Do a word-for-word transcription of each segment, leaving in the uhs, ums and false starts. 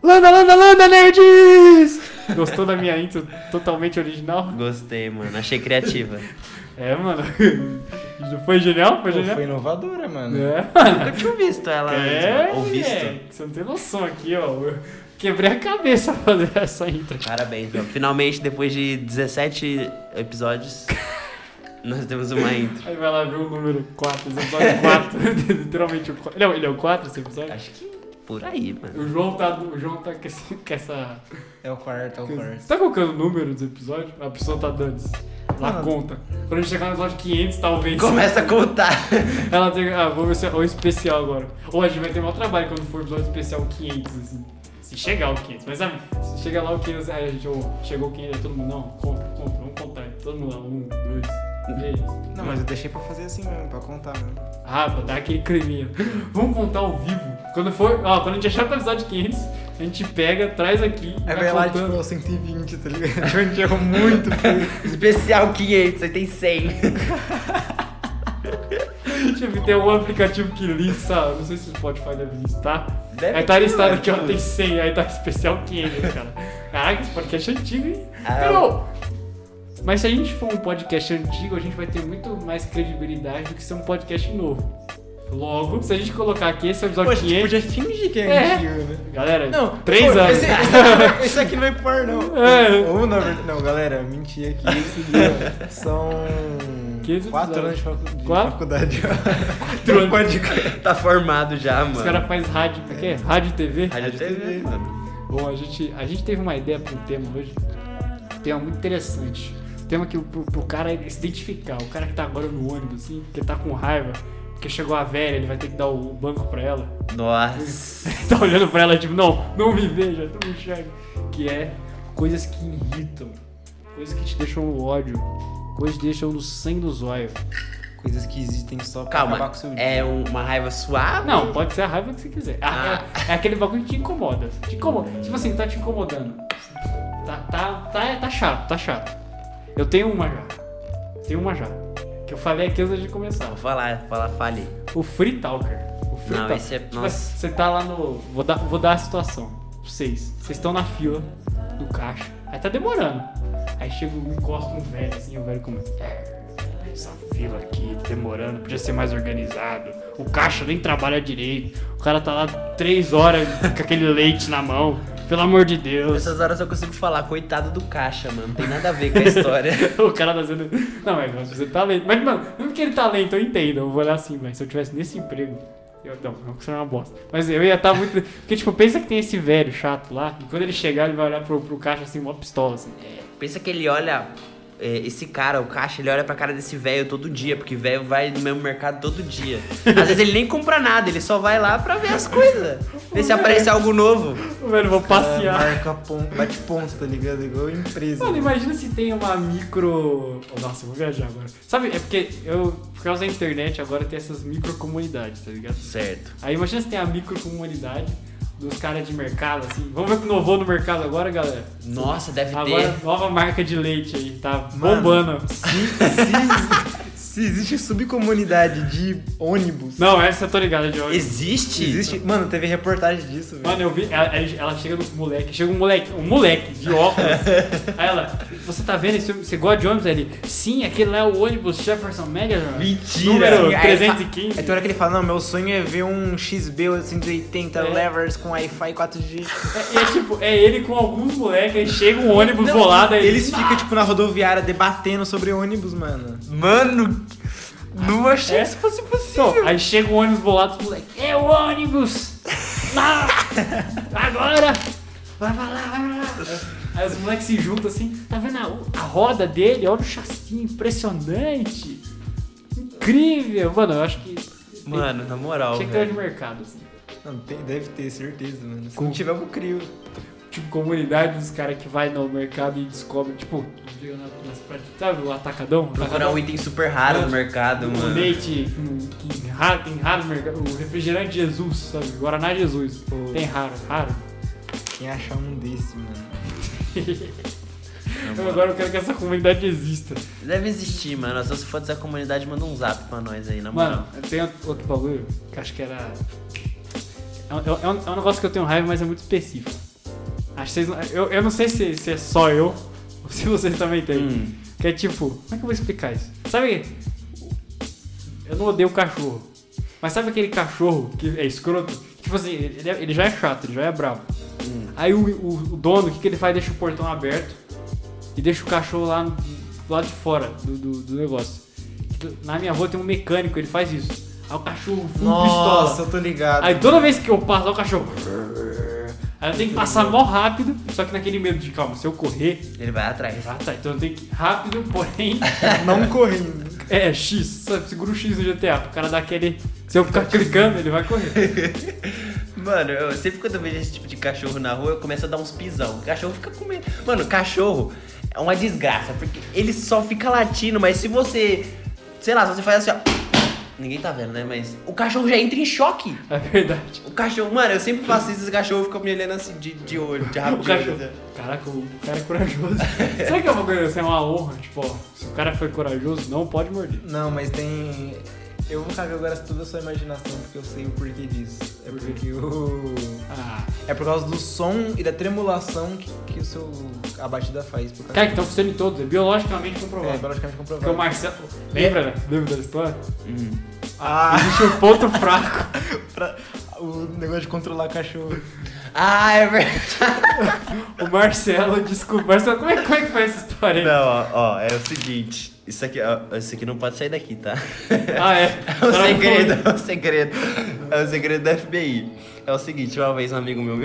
Landa, landa, landa, nerds! Gostou da minha intro totalmente original? Gostei, mano. Achei criativa. É, mano. Foi genial? Foi Pô, genial? foi inovadora, mano. É, Nunca tinha visto ela é, antes, ou visto. é, você não tem noção aqui, ó. Eu quebrei a cabeça pra fazer essa intro. Parabéns, meu. Finalmente, depois de dezessete episódios, nós temos uma intro. Aí vai lá ver o número quatro, episódio quatro. Literalmente o quatro. Ele é, ele é o quatro esse episódio? Acho que por aí, mano. O João tá, o João tá com, esse, com essa... É o quarto, é o quarto. Você tá colocando o número dos episódios? A pessoa tá dando isso. Lá Mano. conta. Quando a gente chegar no episódio quinhentos, talvez. Começa a contar. Ela tem. Ah, vou ver se é o especial agora. Ou a gente vai ter mau trabalho quando for o episódio especial quinhentos, assim. Se chegar o quinhentos. Mas sabe, se chegar lá o quinhentos, aí a gente, oh, chegou o quinhentos, aí todo mundo, não, conta, conta, vamos contar. Todo mundo lá, um, dois, três. Não, mas eu deixei pra fazer assim mesmo, pra contar mesmo. Ah, pra dar aquele creminho. Vamos contar ao vivo. Quando for, ó, quando a gente achar o episódio quinhentos, a gente pega, traz aqui. Aí vai vai lá, contando. tipo, é cento e vinte, tá ligado? A gente errou muito. Especial quinhentos, aí tem cem. Tipo, tem um aplicativo que lista, não sei se o Spotify deve listar. Deve Aí tá ter, listado né? aqui, ó, tem cem, aí tá especial quinhentos, cara. Caraca, esse podcast é antigo, hein? Ah, Pero, mas se a gente for um podcast antigo, a gente vai ter muito mais credibilidade do que ser um podcast novo. Logo, se a gente colocar aqui esse episódio Pô, a gente quinhentos... podia fingir que é, É. antigo, né? Galera, Não, três pô, anos. Esse, esse, aqui não vai, esse aqui não vai pro ar, não. É. Ou na verdade. Não, galera, menti aqui. Esse dia são. quinze quatro episódios. anos de, facu de Quatro? faculdade. Quatro anos. Pode crer. tá formado já, Os mano. caras fazem rádio, o que é? Rádio e T V? Rádio T V, mano. Bom, a gente, a gente teve uma ideia para um tema hoje, um tema muito interessante. Um tema que pro, pro cara se identificar, o cara que tá agora no ônibus, assim, que tá com raiva, porque chegou a velha, ele vai ter que dar o banco pra ela. Nossa. Tá olhando pra ela, tipo, não, não me veja, não me enxerga. Que é coisas que irritam, coisas que te deixam no ódio, coisas que te deixam no sangue dos olhos. Coisas que existem só pra acabar Calma, com o seu dia. é um- uma raiva suave? Não, pode ser a raiva que você quiser. Ah, Ah. É, é aquele bagulho que te incomoda. Te incomoda. Tipo assim, tá te incomodando. Tá, tá, tá, tá chato, tá chato. Eu tenho uma já. Tenho uma já. Que eu falei aqui antes de começar. Vou falar, falar, fale. O Free Talker. O Free Não, Talker. esse é- Tipo, nossa. você tá lá no... Vou dar, vou dar a situação pra vocês. Vocês estão na fila do caixa. Aí tá demorando. Aí chega um encosta um velho assim, o velho começa... Essa fila aqui, demorando, podia ser mais organizado. O caixa nem trabalha direito. O cara tá lá três horas com aquele leite na mão. Pelo amor de Deus. Nessas horas eu consigo falar, coitado do caixa, mano. Não tem nada a ver com a história. O cara tá sendo... Não, mas você tá lento. Mas, mano, mesmo que ele tá lento, eu entendo. Eu vou olhar assim, mas se eu tivesse nesse emprego... Eu, não, não que isso é uma bosta. Mas eu ia estar muito... Porque, tipo, pensa que tem esse velho chato lá. E quando ele chegar, ele vai olhar pro, pro caixa assim, uma pistola, assim. Pensa que ele olha... é, Esse cara, o caixa, ele olha pra cara desse velho todo dia, porque velho vai no mesmo mercado todo dia. Às vezes ele nem compra nada, ele só vai lá pra ver as coisas. Ver se aparece algo novo. O velho, vou É, passear. marca ponto, bate ponto, tá ligado? Igual empresa. Mano, imagina se tem uma micro... Oh, nossa, eu vou viajar agora. Sabe, é porque eu, por causa da internet, agora tem essas micro comunidades, tá ligado? Certo. Aí imagina se tem a micro comunidade dos caras de mercado, assim. Vamos ver o que inovou no mercado agora, galera? Nossa, deve Agora, ter. nova marca de leite aí, tá Mano. bombando. Se, se, se existe subcomunidade de ônibus. Não, essa eu tô ligada de hoje. Existe? Existe. Mano, teve reportagem disso, velho. Mano, eu vi, ela, ela chega no moleque, chega um moleque, um moleque de óculos. Aí ela, você tá vendo esse, você gosta de ônibus? Ele, sim, aquele lá é o ônibus Jefferson Mega. Mentira. Número Aí trezentos e fa- quinze. Aí tem hora que ele fala, não, meu sonho é ver um X B oitocentos e oitenta É. levers com Wi-Fi quatro G. É, é tipo, é ele com alguns moleques, aí chega um ônibus Não, bolado aí. Eles ficam, tipo, na rodoviária debatendo sobre ônibus, mano. Mano, não achei É? que isso fosse possível. Então, aí chega um ônibus bolado, os moleques, é o ônibus! Não! Agora! Vai pra lá, vai pra lá! Aí os moleques se juntam assim, tá vendo a, a roda dele? Olha o chassi, impressionante! Incrível! Mano, eu acho que... Mano, na moral, tinha que ter de velho. mercado, assim. Não, tem, deve ter, certeza, mano. Se Com- não tiver, eu crio. Tipo, comunidade dos caras que vai no mercado e descobre, tipo, chega na- nas prateleiras, sabe o atacadão? Procurar Atacadão? um item super raro no Mano, mercado, O mano. leite, hum, que raro, tem raro no mercado. O refrigerante Jesus, sabe? Guaraná Jesus. Pô. Tem raro, raro. Quem achar um desse, mano? Eu agora eu quero que essa comunidade exista. Deve existir, mano. Se você for dessa comunidade, manda um zap pra nós aí, na moral. Mano, tem outro bagulho que acho que era... É um, é um- é um negócio que eu tenho raiva, mas é muito específico. Acho que vocês não- eu, eu não sei se, se é só eu ou se vocês também têm. Hum. Que é tipo, como é que eu vou explicar isso? Sabe, eu não odeio cachorro, mas sabe aquele cachorro que é escroto? Tipo assim, ele, é- ele já é chato, ele já é bravo. Hum. Aí o, o- o dono, o que, que ele faz? Deixa o portão aberto e deixa o cachorro lá no- do lado de fora do, do, do negócio. Na minha rua tem um mecânico, ele faz isso. Aí o cachorro full Nossa, pistola. eu tô ligado. Aí toda vez que eu passo, lá o cachorro. Aí eu tenho que passar mó rápido, só que naquele medo de calma, se eu correr. Ele vai atrás. Ah tá, então eu tenho que ir rápido, porém. Não correndo. É, X, sabe? Segura o X no G T A, pro cara dar aquele. Se eu ficar clicando, ele vai correr. Mano, eu, sempre quando eu vejo esse tipo de cachorro na rua, eu começo a dar uns pisão. O cachorro fica comendo. Mano, cachorro é uma desgraça, porque ele só fica latindo, mas se você. Sei lá, se você faz assim, ó. Ninguém tá vendo, né? Mas o cachorro já entra em choque. É verdade. O cachorro, mano, eu sempre faço isso, o cachorro fica me olhando assim de, de olho, de rabo O de olho. cachorro. Caraca, o cara é corajoso. Será que é uma coisa assim, é uma honra? Tipo, ó, se o cara foi corajoso, não pode morder. Não, mas tem... Eu vou cagar agora tudo a sua imaginação, porque eu sei o porquê disso. É Por quê? porque o... Ah. É por causa do som e da tremulação que, que o seu... a batida faz. Por causa Cara, que estão funcionando em todos, é biologicamente comprovado. É, biologicamente Porque o comprovado. Marcelo. Lembra, né? Lembra da história? Hum. Ah, Existe um ponto fraco. pra... o negócio de controlar cachorro. Ah, é verdade. O Marcelo descobriu. Marcelo, como é, como é que foi essa história aí? Não, ó, ó, é o seguinte. Isso aqui, ó, isso aqui não pode sair daqui, tá? Ah, é? É um segredo, é um segredo. É um segredo da F B I. É o seguinte, uma vez um amigo meu me...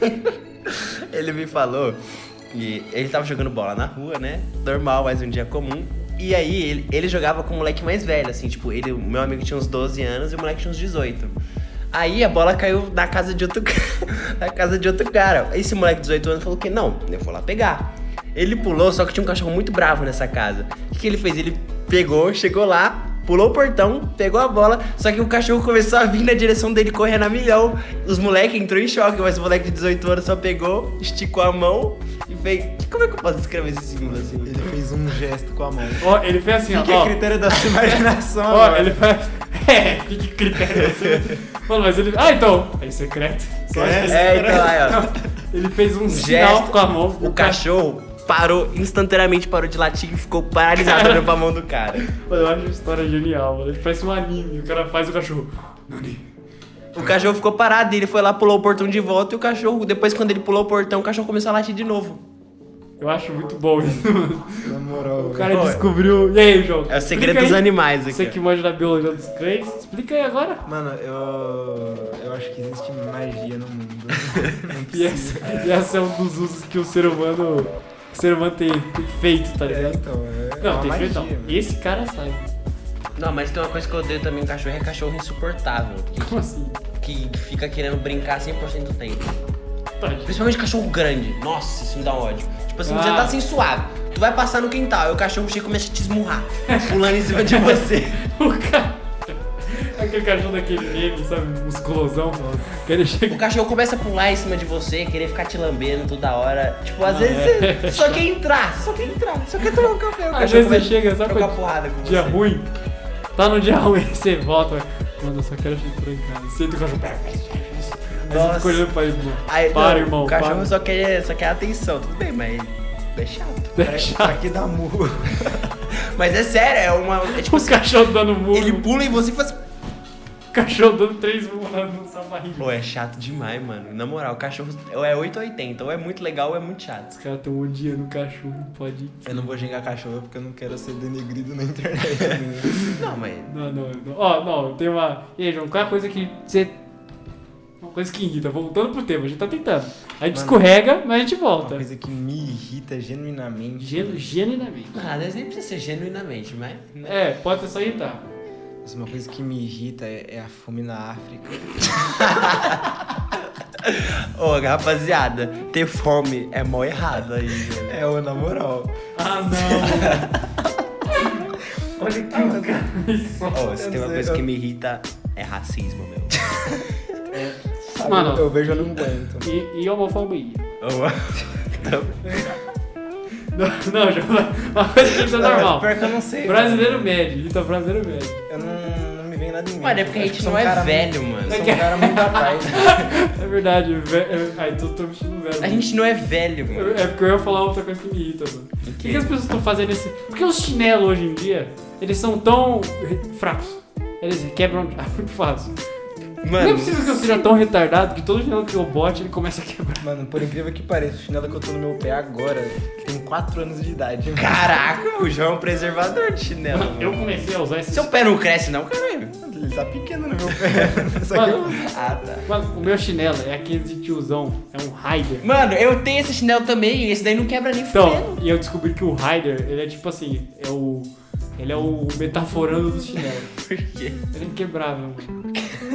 ele me falou que ele tava jogando bola na rua, né? Normal, mais um dia comum. E aí ele, ele jogava com o moleque mais velho, assim, tipo, ele, o meu amigo tinha uns doze anos e o moleque tinha uns dezoito. Aí a bola caiu na casa de outro cara, na casa de outro cara. Esse moleque de dezoito anos falou que não, eu vou lá pegar. Ele pulou, só que tinha um cachorro muito bravo nessa casa. O que, que ele fez? Ele pegou, chegou lá, pulou o portão, pegou a bola, só que o cachorro começou a vir na direção dele correndo a milhão. Os moleques entrou em choque, mas o moleque de dezoito anos só pegou, esticou a mão e fez... Como é que eu posso descrever esse símbolo assim? Ele fez um gesto com a mão. Ó, ele fez assim, ó. Fica a ó. critério da sua imaginação Ó, agora. ele faz. É, fique critério. Assim. Mano, mas ele. Ah, então. É secreto. Só É, isso. É, então aí, ó. Não, ele fez um Um sinal gesto, com a mão. o cachorro parou, instantaneamente parou de latir e ficou paralisado olhando pra mão do cara. Mano, eu acho a história genial, mano. Ele parece um anime. O cara faz o cachorro. Nani. O cachorro ficou parado, ele foi lá, pulou o portão de volta e o cachorro, depois quando ele pulou o portão, o cachorro começou a latir de novo. Eu acho muito bom isso, mano. Na moral. O cara Pô, descobriu. E aí, João? É o segredo Explica dos aí. animais Você aqui. que manja da biologia dos cães, explica aí agora. Mano, eu. Eu acho que existe magia no mundo. Não E precisa. esse, e esse é um dos usos que o ser humano. O ser humano tem, tem feito, tá É, ligado? então, é Não, uma tem magia, feito não. mano. Esse cara sabe. Não, mas tem uma coisa que eu odeio também em cachorro, é cachorro insuportável. Como assim? Que, que fica querendo brincar cem por cento do tempo. Tadinho. Principalmente cachorro grande. Nossa, isso me dá ódio. Tipo assim, Ah. você tá assim suave. Tu vai passar no quintal, aí o cachorro chega e começa a te esmurrar. Pulando em cima de você. O cara. Aquele cachorro daquele meme, sabe? Musculosão. Que ele O chega. cachorro começa a pular em cima de você, querer ficar te lambendo toda hora. Tipo, às Ah, vezes é. você só quer entrar, só quer entrar, só quer tomar um café. O Às cachorro vezes você começa chega, a sabe? trocar quando porrada com Dia você. ruim. Tá no dia ruim, você volta. Mano, eu só quero te trancar. Senta o cachorro. Aí você Nossa. fica olhando pra ele, irmão. Aí, Para, não, irmão. O cachorro para. só quer, só quer atenção, tudo bem, mas é chato. Deixa. Pra que dar murro? Mas é sério, é uma. É tipo O assim, cachorro dando murro. ele pula em você e faz. O cachorro dando três murros na sua barriga. Pô, é chato demais, mano. Na moral, o cachorro ou é oito ou oitenta, ou é muito legal ou é muito chato. Os caras tão odiando o cachorro, não pode ir. Eu não vou xingar cachorro porque eu não quero ser denegrido na internet. né? Não, mas. Não, não, não. Ó, não, tem uma. E aí, João, qual é a coisa que você. Uma coisa que irrita, voltando pro tema, a gente tá tentando. A gente Mano, escorrega, mas a gente Uma volta. coisa que me irrita genuinamente. Genu- Genuinamente. Ah, às vezes nem precisa ser genuinamente, mas. né? É, pode ser só irritar. Mas uma coisa que me irrita é, é a fome na África. Ô, rapaziada, ter fome é mó errado aí, velho. É, ô, na moral. Ah, não. Olha que o cara me solta. Ô, se tem uma coisa que me irrita, é racismo, meu. Sabe, Mano. eu vejo, eu não aguento. E, e homofobia. Ô, Não, não, João, uma coisa que isso é normal. Pior que eu não sei. Brasileiro mano. médio, irrita brasileiro médio. Eu não, não me vem nada em mente. Mano, é porque a Eu gente sou não um é cara velho, muito- mano. Eu sou um cara muito atrás. É verdade, velho. Ai, tô, tô vestindo velho. A gente não é velho, mano. É porque eu ia falar outra coisa que me irrita, mano. O que, que as pessoas estão fazendo esse. Por que os chinelos hoje em dia, eles são tão fracos? Eles quebram muito fácil. Não é Mano, possível que eu seja tão retardado que todo chinelo que eu bote ele começa a quebrar. Mano, por incrível que pareça, o chinelo que eu tô no meu pé agora tem quatro anos de idade. caraca, o João é um preservador de chinelo. Mano, eu comecei a usar esse. Seu pé não cresce não, caralho. Ele tá pequeno no meu pé. Só que eu... Mano, Ah, tá. mano, o meu chinelo é aquele de tiozão, é um Raider. Mano, eu tenho esse chinelo também e esse daí não quebra nem Então, fudendo. e eu descobri que o Raider, ele é tipo assim, é o. Ele é o metaforando dos chinelos. Por quê? Ele é inquebrável, mano.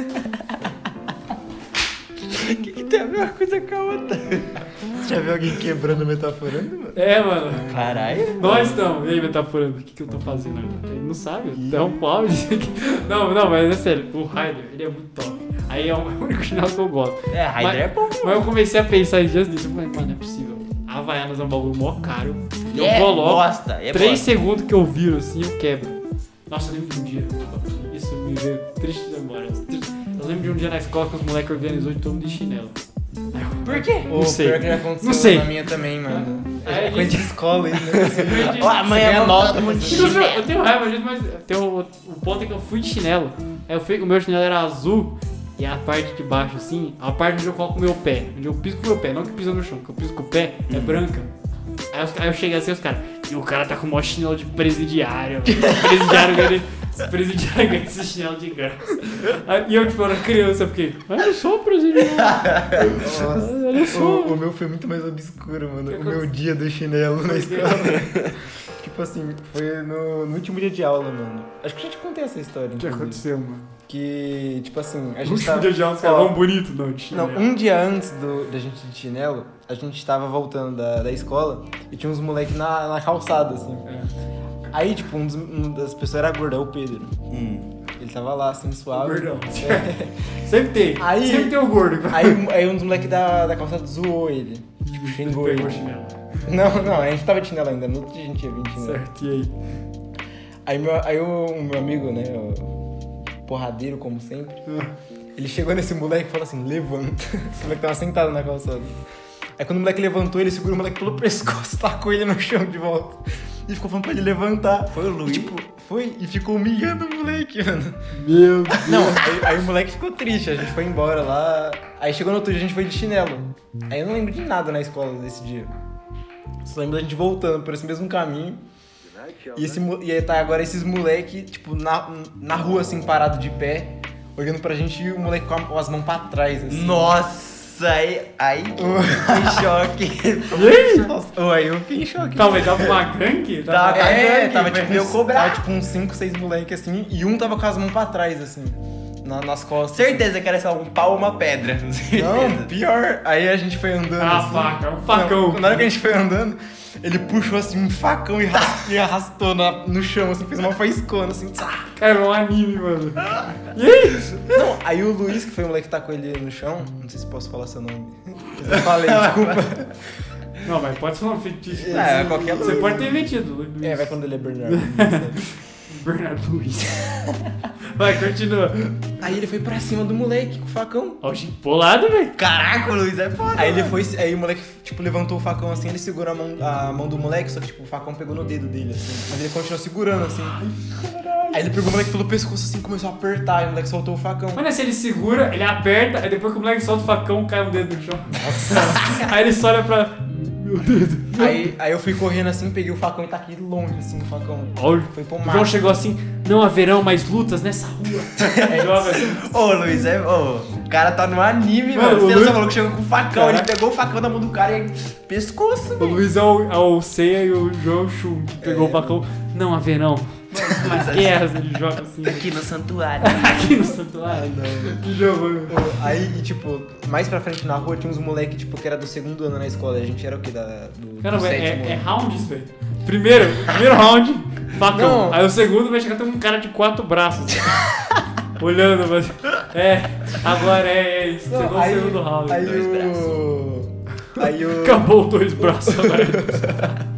O que, que tem a ver uma coisa com a outra? Você já viu alguém quebrando metaforando, mano? É, mano. Caralho. Nós estamos. E aí, metaforando, o que, que eu tô fazendo agora? Ele não sabe, então um áudio. Não, não, mas é sério, o Raider, ele é muito top. Aí é o único chinelo que eu gosto. É, Raider Mas- é bom. Mas eu comecei a pensar em dias disso, eu falei, mano, não é possível. A Havaianas é um bagulho mó caro. Eu é coloco, bosta, é três bosta. segundos que eu viro assim, eu quebro. Nossa, eu lembro de um dia, isso me veio triste memórias. Eu lembro de um dia na escola que os moleques organizou de todo mundo de chinelo. Aí eu- Por quê? Não sei. Pior que já aconteceu Não sei. na minha também, mano. Aí, É coisa de escola isso, né? Ó, amanhã ganha vamos nota todo mundo pra de Eu, chinelo. eu tenho raiva disso, mas tem o, o ponto é que eu fui de chinelo. Aí eu fui, o meu chinelo era azul e a parte de baixo, assim, a parte onde eu coloco o meu pé, onde eu piso com o meu pé, não que pisa no chão, que eu piso com o pé, é branca. Aí, os- aí eu cheguei assim, os caras, e o cara tá com o maior chinelo de presidiário. O presidiário ganha, esse presidiário ganha esse chinelo de graça. Aí, e eu, tipo, era criança, eu fiquei, mas eu sou presidiário. Nossa. Eu sou. O, o meu foi muito mais obscuro, mano. Que O meu aconteceu? dia do chinelo na escola. Tipo assim, foi no, no último dia de aula, mano. Acho que eu já te contei essa história. O que inclusive. aconteceu, mano? Que, tipo assim, a A gente gente tava... podia já uns Ó, caras bonito, não, de chinelo. Não, um dia antes do, da gente ir de chinelo, a gente tava voltando da, da escola e tinha uns moleques na, na calçada, assim. É. Aí, tipo, um, dos, um das pessoas era gordo, é o Pedro. Hum. Ele tava lá, assim, suave. Gordão. É. Sempre tem. Aí- Sempre tem o gordo. Aí, aí um dos moleques da, da calçada zoou ele. Tipo, xingou ele. Pegou o chinelo. Não, não, a gente tava de chinelo ainda, no outro dia a gente ia vir de chinelo. Certo, e aí? Aí, meu, aí o, o meu amigo, né, o porradeiro, como sempre, ele chegou nesse moleque e falou assim, levanta. Esse moleque tava sentado na calçada. Aí quando o moleque levantou, ele segurou o moleque pelo pescoço, tacou ele no chão de volta. E ficou falando pra ele levantar. Foi o Luiz? Tipo, foi e ficou humilhando o moleque, mano. Meu Deus. Não, aí, aí o moleque ficou triste, a gente foi embora lá. Aí chegou no outro dia, a gente foi de chinelo. Aí eu não lembro de nada na escola desse dia. Só lembro da gente voltando por esse mesmo caminho. E, esse, mo- e aí tá agora esses moleque, tipo, na, na rua, assim, parado de pé, olhando pra gente e o moleque com, a- com as mãos pra trás, assim. Nossa, aí, aí que choque. Nossa, oh, aí eu fiquei em choque. Calma, ele tava com uma gangue? Tava- É, gangue, tava vai tipo, ver uns, eu cobrar. tava tipo uns cinco, seis moleque, assim, e um tava com as mãos pra trás, assim, na- nas costas. Certeza que era só um pau ou uma pedra. Assim. Não, pior. Aí a gente foi andando, Ah, assim. faca, um facão. Não, na hora que a gente foi andando, ele puxou, assim, um facão e, ras- e arrastou na- no chão, assim, fez uma faiscona, assim, tsá. Cara, é um anime, mano. E aí? Não, aí o Luiz, que foi o moleque que tacou ele no chão, não sei se posso falar seu nome. Eu falei, desculpa. Não, mas pode ser um fictício. Ah, é qualquer Você Luiz. pode ter metido, Luiz. É, vai quando ele é Bernardo. Bernardo Luiz. Vai, continua. Aí ele foi pra cima do moleque com o facão. Ó, o Chico Polado, velho. Caraca, o Luiz é foda. Aí ele foi, aí o moleque, tipo, levantou o facão assim, ele segurou a mão, a mão do moleque, só que, tipo, o facão pegou no dedo dele, assim. Mas ele continuou segurando, assim. Aí ele pegou o moleque pelo pescoço, assim, começou a apertar, e o moleque soltou o facão. Mano, se ele segura, ele aperta, aí depois que o moleque solta o facão, cai um dedo no chão. Nossa. Aí ele só olha pra... Meu dedo. Aí, aí eu fui correndo assim, peguei o facão e taquei longe, assim, o facão. Ó, Foi pro o João mato. chegou assim, não haverão mais lutas nessa rua. Aí joga assim. Ô, Luiz, é. Ô, o cara tá no anime, Mano, mano. o Você não Luiz- só falou que chegou com o facão. Caraca. Ele pegou o facão da mão do cara e pescoço, O velho. Luiz é o, é o Seiya e o João é o Shun, que pegou o facão. Não haverão mais guerras, ele joga assim. Aqui no santuário. Aqui no santuário. Que jogo. Pô, aí, e, tipo, mais pra frente na rua tinha uns moleque, tipo, que era do segundo ano na escola. A gente era o quê? Da, do, Cara, do é, sétimo é, é ano. rounds, velho. Primeiro, primeiro round, facão. Não. Aí o segundo vai chegar tem um cara de quatro braços. Olhando, mas. É, agora é, é isso. Não, Chegou aí- o segundo round. Aí dois o... Aí o... Acabou os dois braços agora.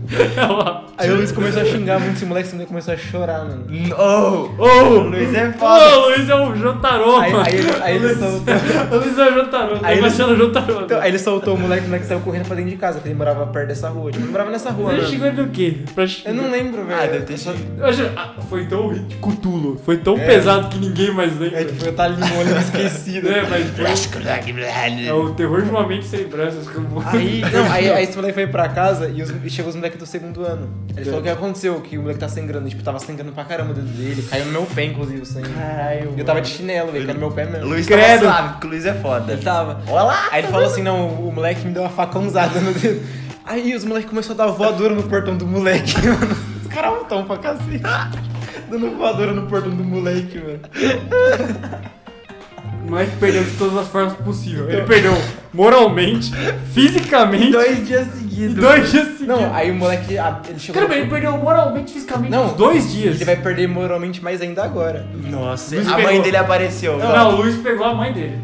Aí o Luiz começou a xingar muito esse moleque, esse moleque começou a chorar, mano. Oh! Ô! O Luiz é foda. Ô, o Luiz é um Jotaro, Aí, mano. aí, ele- aí ele soltou. O Luiz é um Jotaro, tá Aí ele- baixando o Jotaro. Então, aí ele soltou o moleque, o moleque saiu correndo pra dentro de casa, porque ele morava perto dessa rua. Tipo, ele morava nessa rua, Ele né? xingou ele do quê? Pra xingar. Eu não lembro, velho. Ah, deve ter sido. Eu acho- ah, foi tão de Cthulhu, foi tão É. pesado que ninguém mais lembra. É, tipo, eu tava limão ali esquecido. É, mas foi. É o terror de uma mente sem braços que eu vou. Aí, não, aí, aí esse moleque foi pra casa e, os, e chegou os moleques do segundo ano. Ele falou o que aconteceu, que o moleque tá sangrando. Tipo, tava sangrando pra caramba o dedo dele. Caiu no meu pé, inclusive, o sangue. Caralho. E eu tava de chinelo, velho, caiu no meu pé O mesmo. Luiz Credo. tava suave, porque o Luiz é foda. Ele tava. Olha lá. Aí ele falou assim, não, o moleque me deu uma facãozada no dedo. Aí os moleques começaram a dar voadora no portão do moleque, mano. Os caras altão pra cacete. Dando voadora no portão do moleque, mano. O moleque perdeu de todas as formas possíveis. Ele perdeu moralmente, fisicamente, Dois dias e seguidos. dois dias seguidos. Não, aí o moleque, ah, ele chegou... Caramba, ele perdeu moralmente, fisicamente, Não, uns dois dias. Ele vai perder moralmente mais ainda agora. Nossa, Luiz a mãe pegou. dele apareceu. Não, não, o Luiz pegou a mãe dele.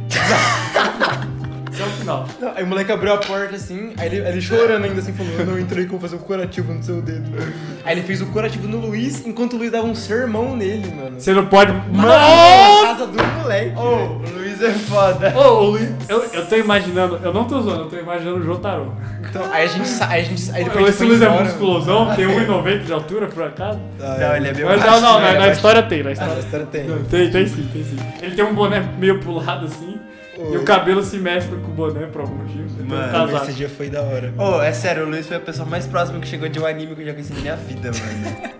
Esse é o final. Não, aí o moleque abriu a porta assim, aí ele, aí ele chorando ainda assim, falou, eu não entrei como fazer um curativo no seu dedo. Aí ele fez o curativo no Luiz, enquanto o Luiz dava um sermão nele, mano. Você não pode. Na Nossa! casa do moleque. Ô, o Luiz é foda. Ô, ô, Luiz, eu, eu tô imaginando, eu não tô zoando, eu tô imaginando o Jotaro. Então, aí a gente sai, a gente aí depois a gente Esse foi Luiz é embora. musculosão, tem um e noventa de altura, por acaso. Não, ele é meio Mas não, baixo, não, né? na, na é história tem, na Ah, história. a história tem. Não, tem, tem sim, tem sim. Ele tem um boné meio pro lado assim, e o cabelo se mescla com o boné por algum motivo. Ele tem um Mano, casaco. Esse dia foi da hora. Ô, é sério, o Luiz foi a pessoa mais próxima que chegou de um anime que eu já conheci na minha vida, mano.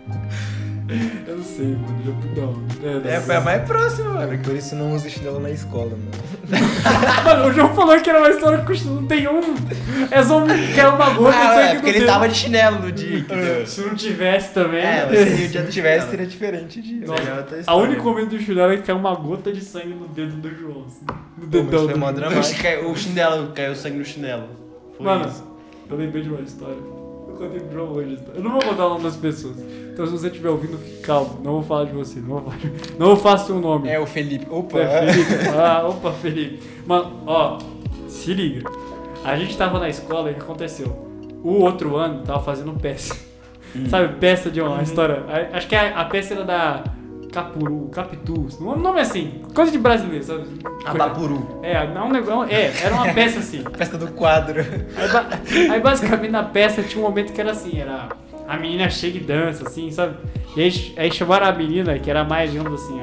Eu não sei, mano, já não. É, não É, sei. foi a mais próxima, mano. Por isso não usa chinelo na escola, mano. Mano, o João falou que era uma história com não tem um. É só um que era uma gota de Ah, sangue é, porque no ele dedo. tava de chinelo no dia, entendeu? Se não tivesse também. É, né? mas se Se o dia não tivesse, seria diferente disso. Nossa, é outra a história. único momento do chinelo é que caiu uma gota de sangue no dedo do João. Assim, no mas dedão foi do mó João. dramático. Caiu- O chinelo, caiu sangue no chinelo. Foi Mano, isso. eu lembrei de uma história. Eu contei pro João hoje a história. Eu não vou contar o nome das pessoas. Então se você estiver ouvindo, fique calmo. Não vou falar de você. Não vou, falar, não vou falar seu nome. É o Felipe. Opa. É, Felipe. Ah, opa, Felipe. Mano, ó, se liga. A gente tava na escola e o que aconteceu? O outro ano tava fazendo peça. Sabe, peça de uma história. a- Acho que a, a peça era da Capuru, Capitu. O nome é assim, coisa de brasileiro, sabe? Abapuru. É, não, um negócio, é, era uma peça assim. Festa do quadro. Aí, ba- aí basicamente na peça tinha um momento que era assim, era a menina chega e dança, assim, sabe? E aí, aí chamaram a menina, que era mais, digamos assim,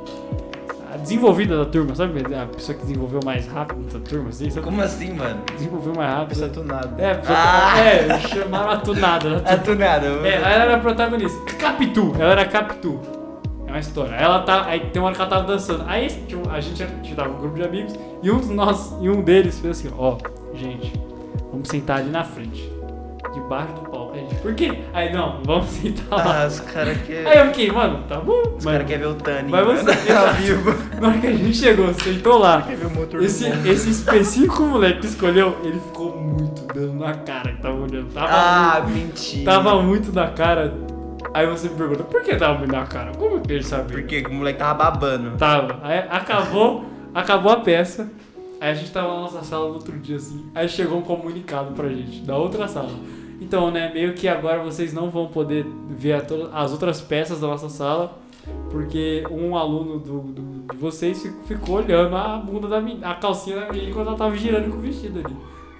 a, a desenvolvida da turma, sabe? A pessoa que desenvolveu mais rápido da turma, assim, sabe? Como assim, mano? Desenvolveu mais rápido. Pessoa tunada. É, a pessoa- Ah! é, chamaram a tunada da É turma. tu nada. É, ela era a protagonista. Capitu, ela era Capitu. É uma história. Ela tá. Aí tem uma hora que ela tava dançando. Aí tipo, a gente, a gente tava com um grupo de amigos e um, de nós, e um deles fez assim, ó, gente, vamos sentar ali na frente. Debaixo do palco. Aí a gente, por quê? Aí não, vamos sentar lá. Ah, os caras querem. Aí eu fiquei, mano, tá bom. Os Mano, caras querem ver o Tani. mas você mano. tá vivo. Na hora que a gente chegou, sentou lá. Quer ver o motor Esse, do mundo? esse específico moleque que escolheu, ele ficou muito dando na cara que tava olhando. Tava Ah, muito, mentira. tava muito na cara. Aí você me pergunta, por que tava muito na cara? Como que ele sabia? Porque o moleque tava babando. Tava. Aí acabou, acabou a peça. Aí a gente tava na nossa sala no outro dia assim. Aí chegou um comunicado pra gente, da outra sala. Então, né, meio que agora vocês não vão poder ver a to- as outras peças da nossa sala. Porque um aluno do, do- de vocês fi- ficou olhando a bunda da menina, a calcinha da menina enquanto ela tava girando com o vestido ali.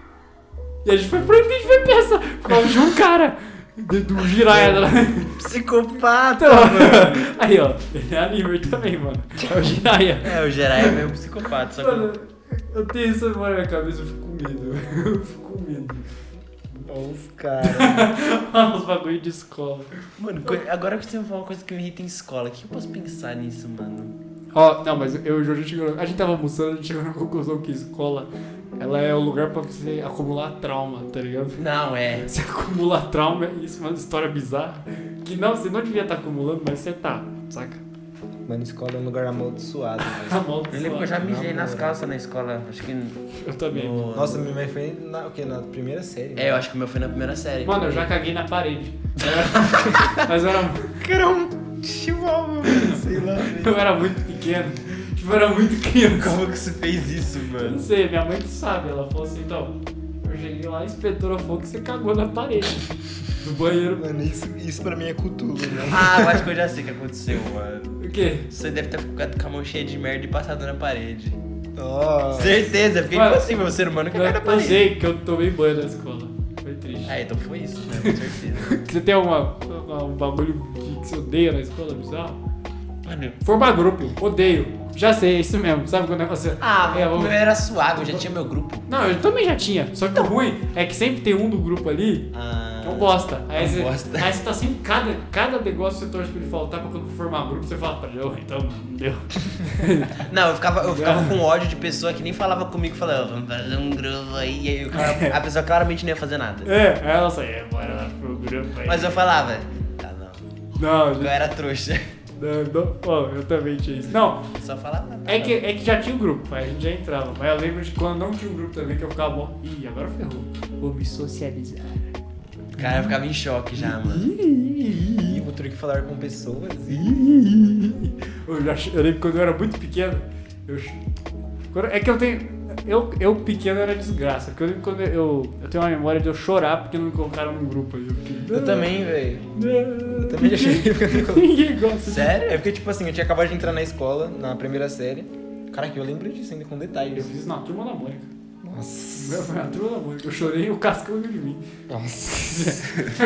E a gente foi proibido de ver peça por causa de um cara. de- Do giraia dela. Psicopata, Então, mano. aí, ó, ele é anime também, mano. É o Jiraiya. É, o Gerai é meio psicopata, só que. Mano, eu tenho isso memória na minha cabeça, eu fico com medo. Eu fico com medo. Olha os caras. Os bagulho de escola. Mano, co- agora que você vai falar uma coisa que me irrita em escola, o que eu posso pensar nisso, mano? Ó, não, mas eu e o Jorge chegou. A gente tava almoçando, a gente chegou na conclusão que escola ela é o lugar pra você acumular trauma, tá ligado? Não, é. Você acumula trauma e isso é uma história bizarra. Que não, você não devia estar acumulando, mas você tá, saca? Mano, escola é um lugar amaldiçoado, Tá velho. mal. Eu lembro que eu já mijei Na nas moral. calças na escola. Acho que. Eu também. no- Nossa, minha mãe foi na, o quê? Na primeira série. É, eu acho que o meu foi na primeira série. Mano, eu já caguei na parede. Eu era- Mas eu era, Que era um chihuahua, mano. Sei lá, velho. eu era muito pequeno. Tipo, eu era muito criança. Como que você fez isso, Eu não mano? sei, minha mãe que sabe. Ela falou assim, então, eu cheguei lá, a inspetora falou que você cagou na parede. do banheiro. Mano, isso, isso pra mim é Cthulhu, né? Ah, eu acho que eu já sei o que aconteceu, mano. O quê? Você deve ter ficado com a mão cheia de merda e passado na parede. Nossa. Certeza, porque é Mano, impossível o ser humano cagar na Eu parede. sei que eu tomei banho na escola. Foi triste. Ah, então foi isso, né? Com certeza. Você tem alguma, um bagulho que você odeia na escola, bizarro? Mano, Formar grupo, odeio. Já sei, é isso mesmo. Sabe quando é você... ah, é, o meu era suave, eu já tinha meu grupo. Não, eu também já tinha. Só que o ruim é que sempre tem um do grupo ali Ah, que é um bosta. Aí, é um você, bosta. aí você tá sempre... Cada, cada negócio que você torce pra ele faltar pra quando formar grupo, você fala pra ele, oh, então não deu. Não, eu ficava, eu ficava com ódio de pessoa que nem falava comigo, falava, vamos fazer um grupo aí, e aí o cara- a pessoa claramente não ia fazer nada. É, aí ela só, é, bora lá pro grupo aí. Mas eu falava, tá não, Não, eu gente, era trouxa. não, não, ó, eu também tinha isso. Não, Só falava nada. é que, é que já tinha um grupo, aí a gente já entrava. Mas eu lembro de quando não tinha um grupo também, que eu ficava bom. Ih, agora ferrou. Vou me socializar. Cara, eu ficava em choque já, mano. E vou ter que falar com pessoas. Eu, já, eu lembro quando eu era muito pequeno. Eu, quando, é que eu tenho. Eu, eu pequeno era desgraça. Porque eu lembro quando eu. Eu tenho uma memória de eu chorar porque não me colocaram num grupo aí. Eu, fiquei, Eu também, velho. Eu também já cheguei ficando- Ninguém gosta. Sério? É porque, tipo assim, eu tinha acabado de entrar na escola, na primeira série. Caraca, eu lembro disso ainda com Eu detalhes. fiz na turma da Mônica. Nossa. Foi na turma da Mônica. Eu chorei e o cascão de mim. Nossa.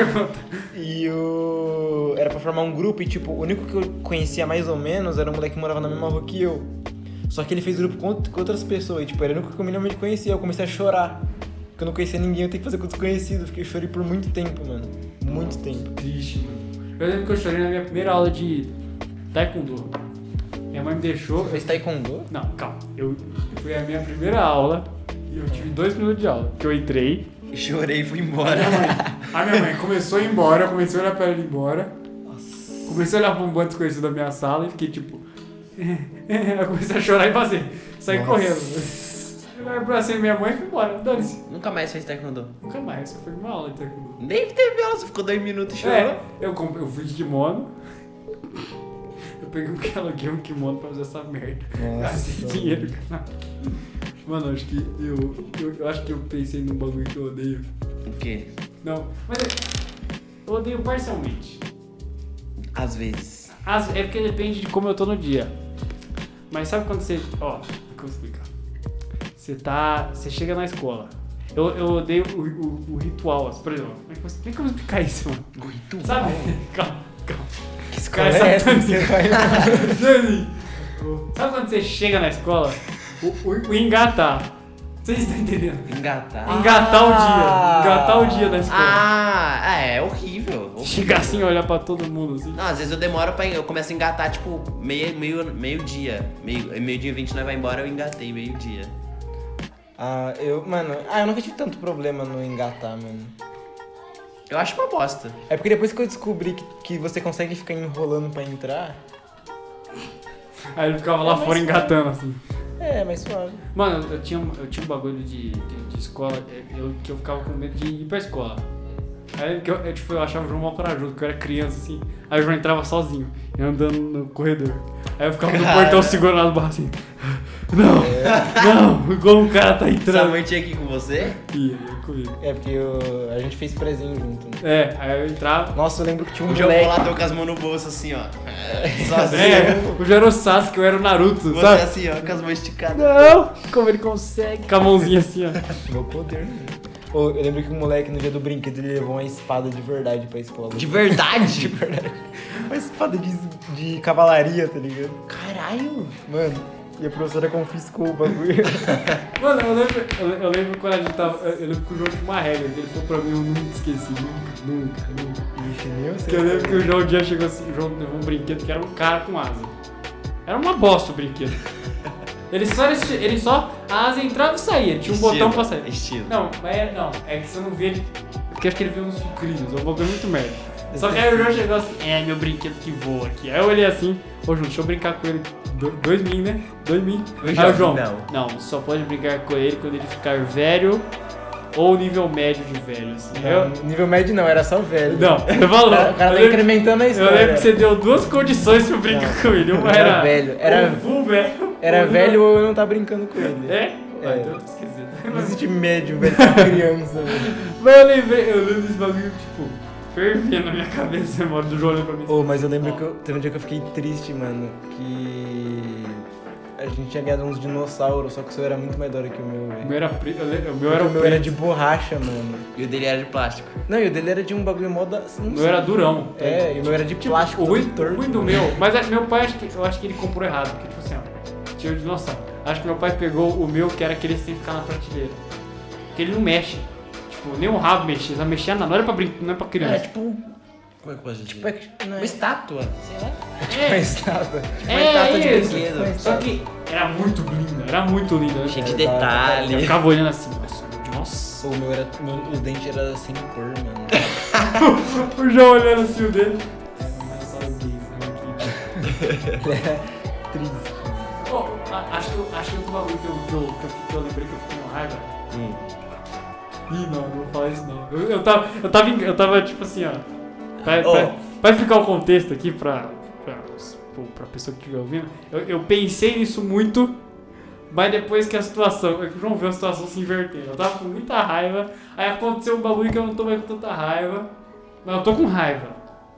E o... Era pra formar um grupo e, tipo, o único que eu conhecia mais ou menos era um moleque que morava na mesma rua que eu. Só que ele fez grupo com, com outras pessoas e, tipo, era o único que eu minimamente conhecia. Eu comecei a chorar. Porque eu não conhecia ninguém, eu tenho que fazer com desconhecido. Fiquei chorei por muito tempo, mano. Muito tempo. Triste, mano. Eu lembro que eu chorei na minha primeira aula de taekwondo. Minha mãe me deixou. Você fez taekwondo? Não, calma. Eu, foi a minha primeira aula e eu tive dois minutos de aula. Que eu entrei. Chorei e fui A embora. minha mãe, a minha mãe começou a ir embora, eu comecei a olhar pra ela ir embora. Nossa. Comecei a olhar pra um bando desconhecido da minha sala e fiquei tipo. Eu comecei a chorar e fazer. Saí Nossa. correndo. Eu abracei minha mãe e fui embora. Dane-se. Nunca mais fez taekwondo. Nunca mais, só foi uma aula de taekwondo. Nem teve aula, você ficou dois minutos e chorou. É, eu, comp- eu fui de kimono. Eu peguei um, aluguei um kimono pra fazer essa merda. Gastei Nossa. dinheiro, cara. Mano, acho que eu, eu, eu acho que eu pensei num bagulho que eu odeio. O quê? Não, mas eu, eu odeio parcialmente. Às vezes. As- é porque depende de como eu tô no dia. Mas sabe quando você. Ó, como explicar? Você tá. Você chega na escola. Eu, eu odeio o, o, o ritual, assim, por exemplo. Como é que eu como é que eu vou explicar isso, mano? O ritual. Sabe? Calma, calma. Que escola Cara, é essa que sabe- você vai? Dani, sabe quando você chega na escola? O, o, o engatar. Vocês estão entendendo? Engatar. Engatar o dia. Engatar o dia da escola. Ah, é horrível. horrível. Chegar assim e olhar pra todo mundo assim. Não, às vezes eu demoro pra. Eu começo a engatar, tipo, meio, meio, meio dia. Meio, meio dia vinte nós vai embora, eu engatei meio dia. Ah, eu, mano, ah, eu nunca tive tanto problema no engatar, mano. Eu acho uma bosta. É porque depois que eu descobri que, que você consegue ficar enrolando pra entrar, Aí ele ficava lá É, mas fora suave. engatando assim. é mais suave. Mano, eu tinha, um- eu tinha um bagulho de, de, de escola eu, que eu ficava com medo de ir pra escola. Aí que eu, eu, tipo, eu achava o João mal corajoso, porque eu era criança assim. Aí o João entrava sozinho, ia andando no corredor. Aí eu ficava no Cara. portão segurando as barras assim. Não, não, igual um cara tá Sua entrando. mãe tinha aqui com você? Ia, ia comigo. É porque eu- a gente fez presinho junto, né? É, aí eu entrava. Nossa, eu lembro que tinha um O João moleque. bolador com as mãos no bolso assim, ó. Sozinho. É, o João era o Sasuke, eu era o Naruto, Você sabe? assim, ó, com as mãos esticadas. Não, como ele consegue. Com a mãozinha assim, ó. Meu poder, né? Ô, eu lembro que um moleque no dia do brinquedo ele levou uma espada de verdade pra escola. De verdade? De verdade. Uma espada de, de cavalaria, tá ligado? Caralho. Mano, e a professora confiscou o bagulho. Mano, eu lembro, eu, eu lembro quando a gente tava. Eu lembro que o João tinha uma regra, que ele falou pra mim, eu nunca esqueci, nunca, nunca, nunca. Vixe, nem Que eu lembro que o João um dia chegou assim, o João levou um brinquedo que era um cara com asa. Era uma bosta o brinquedo. Ele só, ele só, a asa entrava e saía, tinha um Estilo, botão pra sair. Estilo. Não, mas é, não, é que você não vê ele, porque acho que ele viu uns sucrilhos, é um bagulho muito merda. Só que aí o João chegou assim, é meu brinquedo que voa aqui. Aí eu olhei assim, ô João, deixa eu brincar com ele. Do, dois mil, né? Dois mil. O Aí João, o João, não. não, só pode brincar com ele quando ele ficar velho ou nível médio de velho, assim. Eu, Não, nível médio não, era só velho. não, você falou. O cara, o cara Eu tá lembro- incrementando a Eu história. lembro que você deu duas condições pra eu brincar Não. com ele. Uma Era era. velho, era- ou full velho. Era ou velho ou eu não tá brincando com ele. É? Ah, É. então eu tô esquecendo. Não existe médio, velho, pra criança, velho. Mas eu lembrei, eu lembro desse bagulho, tipo, fervendo na minha cabeça a memória do João olhando pra mim. Ô, mas eu lembro Ó. que eu, teve um dia que eu fiquei triste, mano, que a gente tinha ganhado uns dinossauros, só que o seu era muito mais da hora que o meu, O velho. meu era preto, o meu Porque era o meu era preto. de borracha, mano. E o dele era de plástico. Não, e o dele era de um bagulho moda. O meu era durão. É, e o meu era de Tipo, plástico. o ruim, todo torto, o ruim do mano. meu, mas é, meu pai, acho que, eu acho que ele comprou errado, porque tipo assim, ó, tinha o dinossauro. Acho que meu pai pegou o meu, que era aquele que tem que ficar na prateleira. Porque ele não mexe. Tipo, nem o rabo mexia, só mexia na. Não era pra brincar, não é pra criança. É tipo um... Como é que eu posso dizer? Tipo, é que- não é- Uma estátua, sei lá. tipo uma estátua. uma estátua de isso. brinquedo. Só que era muito linda, era muito linda. Cheio de É, Eu detalhe. ficava olhando assim, nossa, nossa. Pô, o meu era. Meu, os dentes eram sem cor, mano. O João olhando assim o dele. É só isso, né? Ele era triste. Oh, a- acho que eu, acho que outro bagulho que eu, que, eu, que, eu, que eu lembrei que eu fiquei com raiva. Hum. Ih, não, não vou falar isso não. Eu, eu, tava, eu, tava, em- eu tava tipo assim, ó. Pra, Oh. pra, pra explicar o contexto aqui pra, pra, pô, pra pessoa que estiver ouvindo, eu, eu pensei nisso muito, mas depois que a situação. O João viu a situação se invertendo. Eu tava com muita raiva, aí aconteceu um bagulho que eu não tô mais com tanta raiva, mas eu tô com raiva.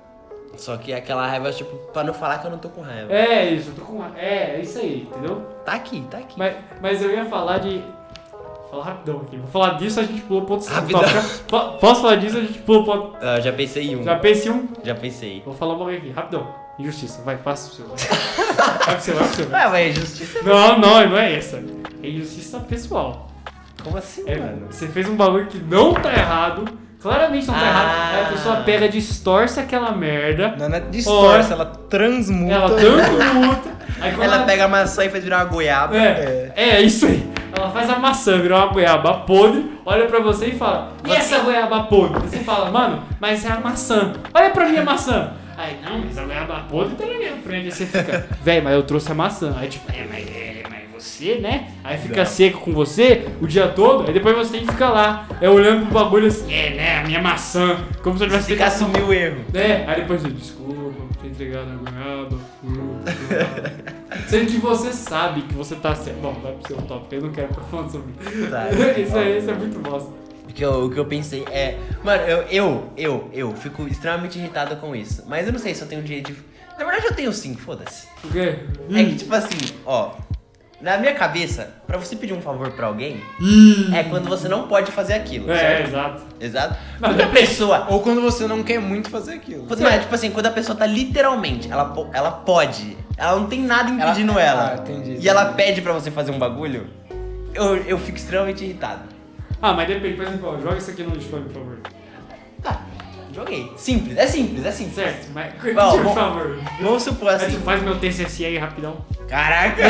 Só que aquela raiva, tipo, pra não falar que eu não tô com raiva. É isso, eu tô com raiva. É, é isso aí, entendeu? Tá aqui, tá aqui. Mas, mas eu ia falar de. Vou falar rapidão aqui. Vou falar disso, a gente pulou pro outro Rapidão. tópico. Po- Posso falar disso, a gente pulou pro outro. Ah, já pensei em um. Já pensei um. Já pensei. Vou falar um bagulho aqui, rapidão. Injustiça, vai, passa pro seu. Vai, vai pro seu, vai pro seu. Ah, mas é justiça. Não, não, não é essa. É injustiça pessoal. Como assim, É, mano? você fez um bagulho que não tá errado. Claramente não tá Ah. errado. Aí a pessoa pega, distorce aquela merda. Não, não é distorce, ela transmuta. Ela transmuta. Aí quando Ela pega a maçã e faz virar uma goiaba. É, é isso aí. Ela faz a maçã virar uma goiaba podre, olha pra você e fala, e essa goiaba podre? Você fala, mano, mas é a maçã. Olha pra minha maçã. Aí, não, mas a goiaba podre tá na minha frente. Aí você fica, véi, mas eu trouxe a maçã. Aí tipo, é, mas, é, mas você, né? Aí fica seco com você o dia todo, aí depois você tem que ficar lá, é olhando pro bagulho assim, é, né, a minha maçã. Como se eu tivesse Fica feito assumir o erro. é, aí depois você, desculpa, ter entregado a goiaba, fruta. Sendo que você sabe que você tá certo. Bom, vai pro seu tópico, eu não quero ficar falando sobre isso. Tá. Isso aí, isso é muito bosta. O que, eu, o que eu pensei é... Mano, eu, eu, eu, eu fico extremamente irritado com isso. Mas eu não sei se eu tenho direito de... Na verdade eu tenho sim, foda-se. O quê? É que tipo assim, ó... Na minha cabeça, pra você pedir um favor pra alguém, é quando você não pode fazer aquilo, É, certo? exato. Exato? Mas Quando a depende. pessoa... Ou quando você não quer muito fazer aquilo. Quando, mas, tipo assim, quando a pessoa tá literalmente, ela, po- ela pode, ela não tem nada impedindo ela, Ah, entendi, e entendi. ela pede pra você fazer um bagulho, eu, eu fico extremamente irritado. Ah, mas depende, por exemplo, ó, joga isso aqui no display, por favor. Tá, joguei. Simples, é simples, é simples. Certo, mas Bom, por bom. favor. Vamos supor Aí assim, tu faz meu T C C aí rapidão. caraca.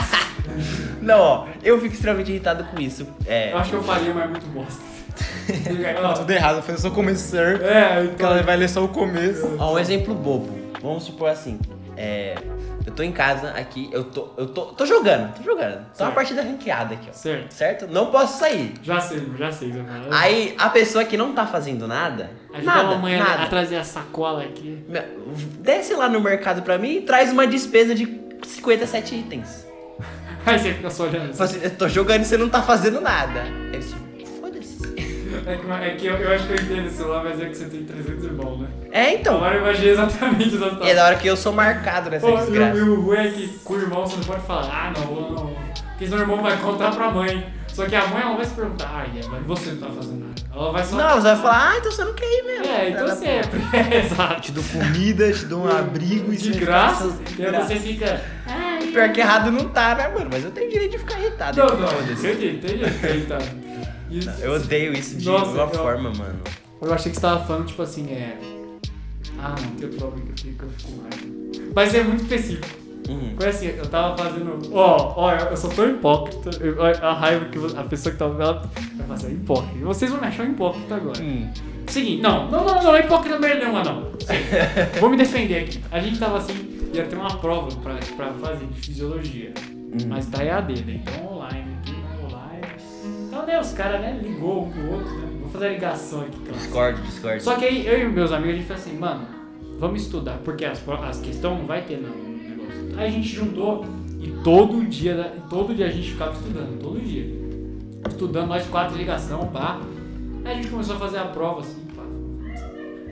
Não, ó, eu fico extremamente irritado com isso. É, Eu acho que eu falei, mas é muito bosta. Tá tudo errado, fez só começar. É, Porque ela vai ler só o começo. ó, um exemplo bobo. Vamos supor assim, é, eu tô em casa aqui, eu tô, eu tô, tô jogando, tô jogando. Tô uma Certo. partida ranqueada aqui, ó. Certo. Certo? Não posso sair. Já sei, já sei. Já sei. Aí a pessoa que não tá fazendo nada, Ajuda nada, a mamãe a- nada. a trazer a sacola aqui. Meu, desce lá no mercado pra mim e traz uma despesa de cinquenta e sete itens. Aí você fica só olhando Fala assim. assim, eu tô jogando e você não tá fazendo nada. Aí eu assim, foda-se. É que, é que eu, eu acho que eu entendo esse celular, mas é que você tem trezentos irmãos, né? É, então. Agora eu imaginei exatamente essa situação. É da hora que eu sou marcado nessa Pô, e, o- desgraça. e o ruim é que com o irmão você não pode falar, ah, não, não, não. Porque senão o irmão vai contar pra mãe. Só que a mãe ela vai se perguntar, ah, é, mas você não tá fazendo nada. Ela vai só. Não, você vai falar, ah, então você não quer ir mesmo. É, então Ela- sempre. É, exato. Te dou comida, te dou um abrigo e De você graça, fica- e aí você fica. Ai, Pior que errado não tá, né, mano? Mas eu tenho direito de ficar irritado. não, então não, foda-se. entendi, entendi, entendi, tá. Isso. Eu odeio isso de Nossa, alguma eu- forma, mano. Eu achei que você tava falando, tipo assim, é. Ah, não, tem outro bagulho que eu fico, eu fico com raiva. Mas é muito específico. Uhum. Foi assim, eu tava fazendo. Ó, ó, eu sou tão hipócrita. eu- A raiva que a pessoa que tava vendo, ela vai fazer é hipócrita. Vocês vão me achar um hipócrita agora. Hum. Seguinte, não, não, não, não, não é hipócrita merda nenhuma, não. Seguinte, vou me defender aqui. A gente tava assim, ia ter uma prova pra, pra fazer de fisiologia. Mas tá E A D, né? Então online aqui, né? Online. Então, né, os caras, né, ligou um pro outro, né? Vou fazer a ligação aqui, claro. Discord, Discord. Só que aí eu e meus amigos, a gente falou assim, mano, vamos estudar, porque as, pro- as questões não vai ter no negócio. Aí a gente juntou e todo dia, da- todo dia a gente ficava estudando, todo dia. Estudando nós quatro ligação, pá. Aí a gente começou a fazer a prova assim, pá.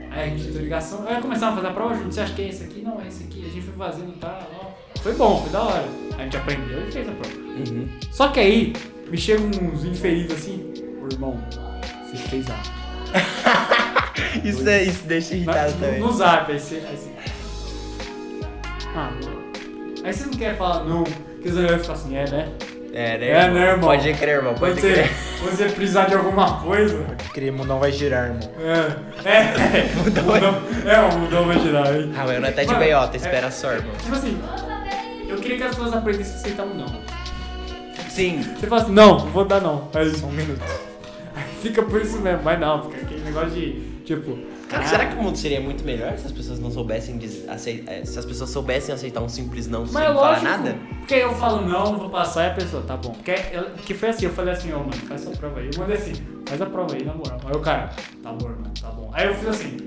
Aí a gente fez a ligação, aí começamos a fazer a prova junto. Você acha que é esse aqui? Não, é esse aqui. A gente foi fazendo e tá, ó. Foi bom, foi da hora. A gente aprendeu e fez a prova. Uhum. Só que aí, me chegam uns infelizes assim, ô irmão, você fez a... isso, é, isso deixa irritado no, também. No zap, aí você... Aí você... Ah, mano. Aí você não quer falar não, porque você vai ficar assim, é, né? É, né, É, irmão? né, irmão? Pode crer, irmão, pode Quando você, crer. quando você precisar de alguma coisa... Queria mundão vai girar, irmão. É, é, é. Mudou. Mudão, é, o mudão vai girar, hein? Ah, mas não é até de Mano, beiota, é- espera só, irmão. Tipo assim, eu queria que as pessoas aprendessem a aceitar um não. Sim. Você fala assim, não, não vou dar não. Aí Só um minuto. fica por isso mesmo, mas não, fica aquele negócio de, tipo... Cara, ah, será que o mundo seria muito melhor se as pessoas não soubessem dizer, aceitar, se as pessoas soubessem aceitar um simples não sem Mas é falar lógico, nada? porque eu falo não, não vou passar e a pessoa, tá bom. Porque eu, que foi assim, eu falei assim, ó, mano, faz essa prova aí. Eu mandei assim, faz a prova aí, na moral. Aí o cara, tá bom, mano, tá bom. Aí eu fiz assim,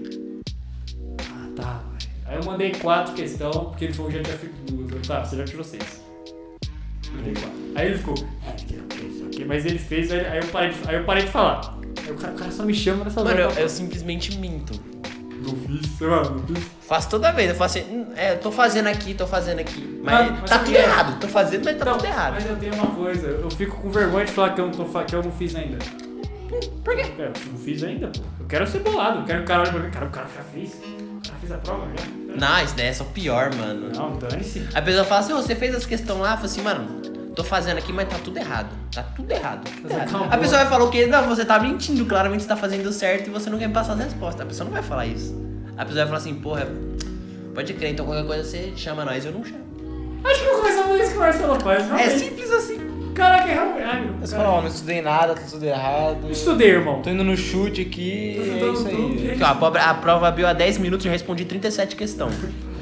ah, tá, velho. Aí eu mandei quatro questões, porque ele falou que já tinha feito duas. Eu, tá, você já tirou seis. Mandei quatro. Aí ele ficou, ah, ok, ok, ok. Mas ele fez, aí, aí, eu parei de, aí eu parei de falar. Aí o cara, o cara só me chama nessa Mano, eu, hora. eu simplesmente minto. Não fiz, mano, não fiz. Faço toda vez, eu faço assim, "Hum, é, tô fazendo aqui, tô fazendo aqui. Mas, Mas- mas tá sabe tudo que é? errado, tô fazendo, mas tá Então, tudo errado. Mas eu tenho uma coisa, eu fico com vergonha de falar que eu não, tô, fa- que eu não fiz ainda. Por quê? É, eu não fiz ainda, pô. Eu quero ser bolado, eu quero que o cara olhe pra mim, cara, o cara já fez. O cara fez a prova já. Não, isso daí é só pior, mano. Não, dane-se. A pessoa fala assim, "Ô, você fez as questões lá?" Eu falo assim, mano, tô fazendo aqui, mas tá tudo errado. Tá tudo errado. tudo Mas errado. acabou. A pessoa vai falar o quê? Não, você tá mentindo, claramente você tá fazendo certo e você não quer me passar as respostas. A pessoa não vai falar isso. A pessoa vai falar assim, porra, pode crer, então qualquer coisa você chama nós, eu não chamo. Acho que eu vou começar a fazer isso que o Marcelo faz, não? É simples assim. Caraca, é realmente. Você fala, ó, não estudei nada, tá tudo errado. Estudei, irmão. Tô indo no chute aqui, Tô é estudando isso tudo, aí. gente. Aqui, ó, a, prova, a prova abriu há dez minutos e eu respondi trinta e sete questões.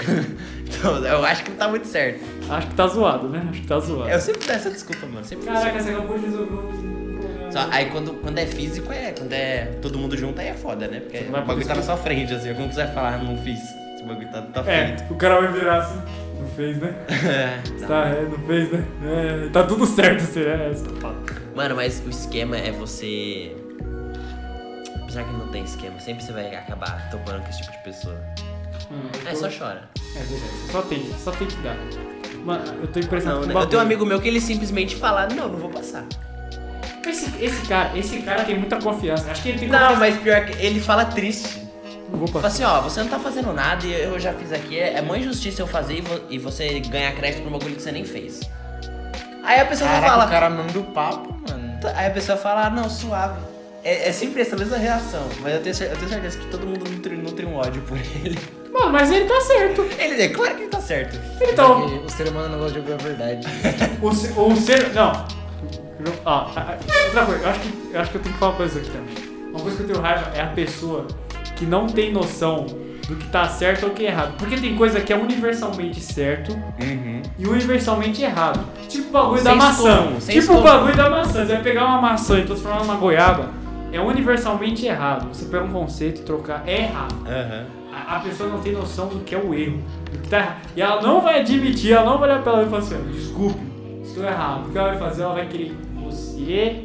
Então, eu acho que não tá muito certo. Acho que tá zoado, né? Acho que tá zoado. Eu sempre dou essa desculpa, mano. Sempre fiz Caraca, isso. você acabou de resolver um problema. Só, aí quando, quando é físico, é. Quando é todo mundo junto, aí é foda, né? Porque Vai o bagulho por tá na isso sua frente, assim. Como que você vai falar, não fiz? Esse bagulho tá, tá É, feito. o cara vai virar assim. Não fez, né? É, Tá, é, não fez, né? É, tá tudo certo, você é safado. Mano, mas o esquema é você. Apesar que não tem esquema, sempre você vai acabar topando com esse tipo de pessoa. Hum, eu É, tô- só chora. É verdade, só tem, só tem que dar. Mano, eu tô impressionado Não, com né? o Eu tenho um bagulho. amigo meu que ele simplesmente fala, não, não vou passar. Esse, esse cara, esse cara tem muita confiança. Acho que ele tem Não, confiança. mas pior que ele fala triste. Não vou Fala passar. assim, ó, você não tá fazendo nada e eu já fiz aqui, é, é mó injustiça eu fazer e, vo- e você ganhar crédito por um bagulho que você nem fez. Aí a pessoa Caraca, fala. o cara manda o papo, mano. Aí a pessoa fala, ah, não, suave. É, é sempre essa mesma reação, mas eu tenho, cer- eu tenho certeza que todo mundo nutre, nutre um ódio por ele. Mano, mas ele tá certo. Ele é claro que ele tá certo. Então, Porque o ser humano não gosta de ouvir a verdade. o, se- o ser. Não. Ó, a- a- outra coisa, eu acho, que, eu acho que eu tenho que falar uma coisa aqui também. Uma coisa que eu tenho raiva é a pessoa que não tem noção do que tá certo ou o que é errado. Porque tem coisa que é universalmente certo Uhum. e universalmente errado. Tipo o bagulho da Senso maçã. comum, senso Tipo o comum. bagulho da maçã. Você vai pegar uma maçã e transformar numa goiaba. É universalmente errado. Você pega um conceito e trocar é errado. Aham. A, a pessoa não tem noção do que é o erro, do que tá errado. E ela não vai admitir, ela não vai olhar pra ela e falar assim, ó, desculpe, estou errado. O que ela vai fazer? Ela vai querer que você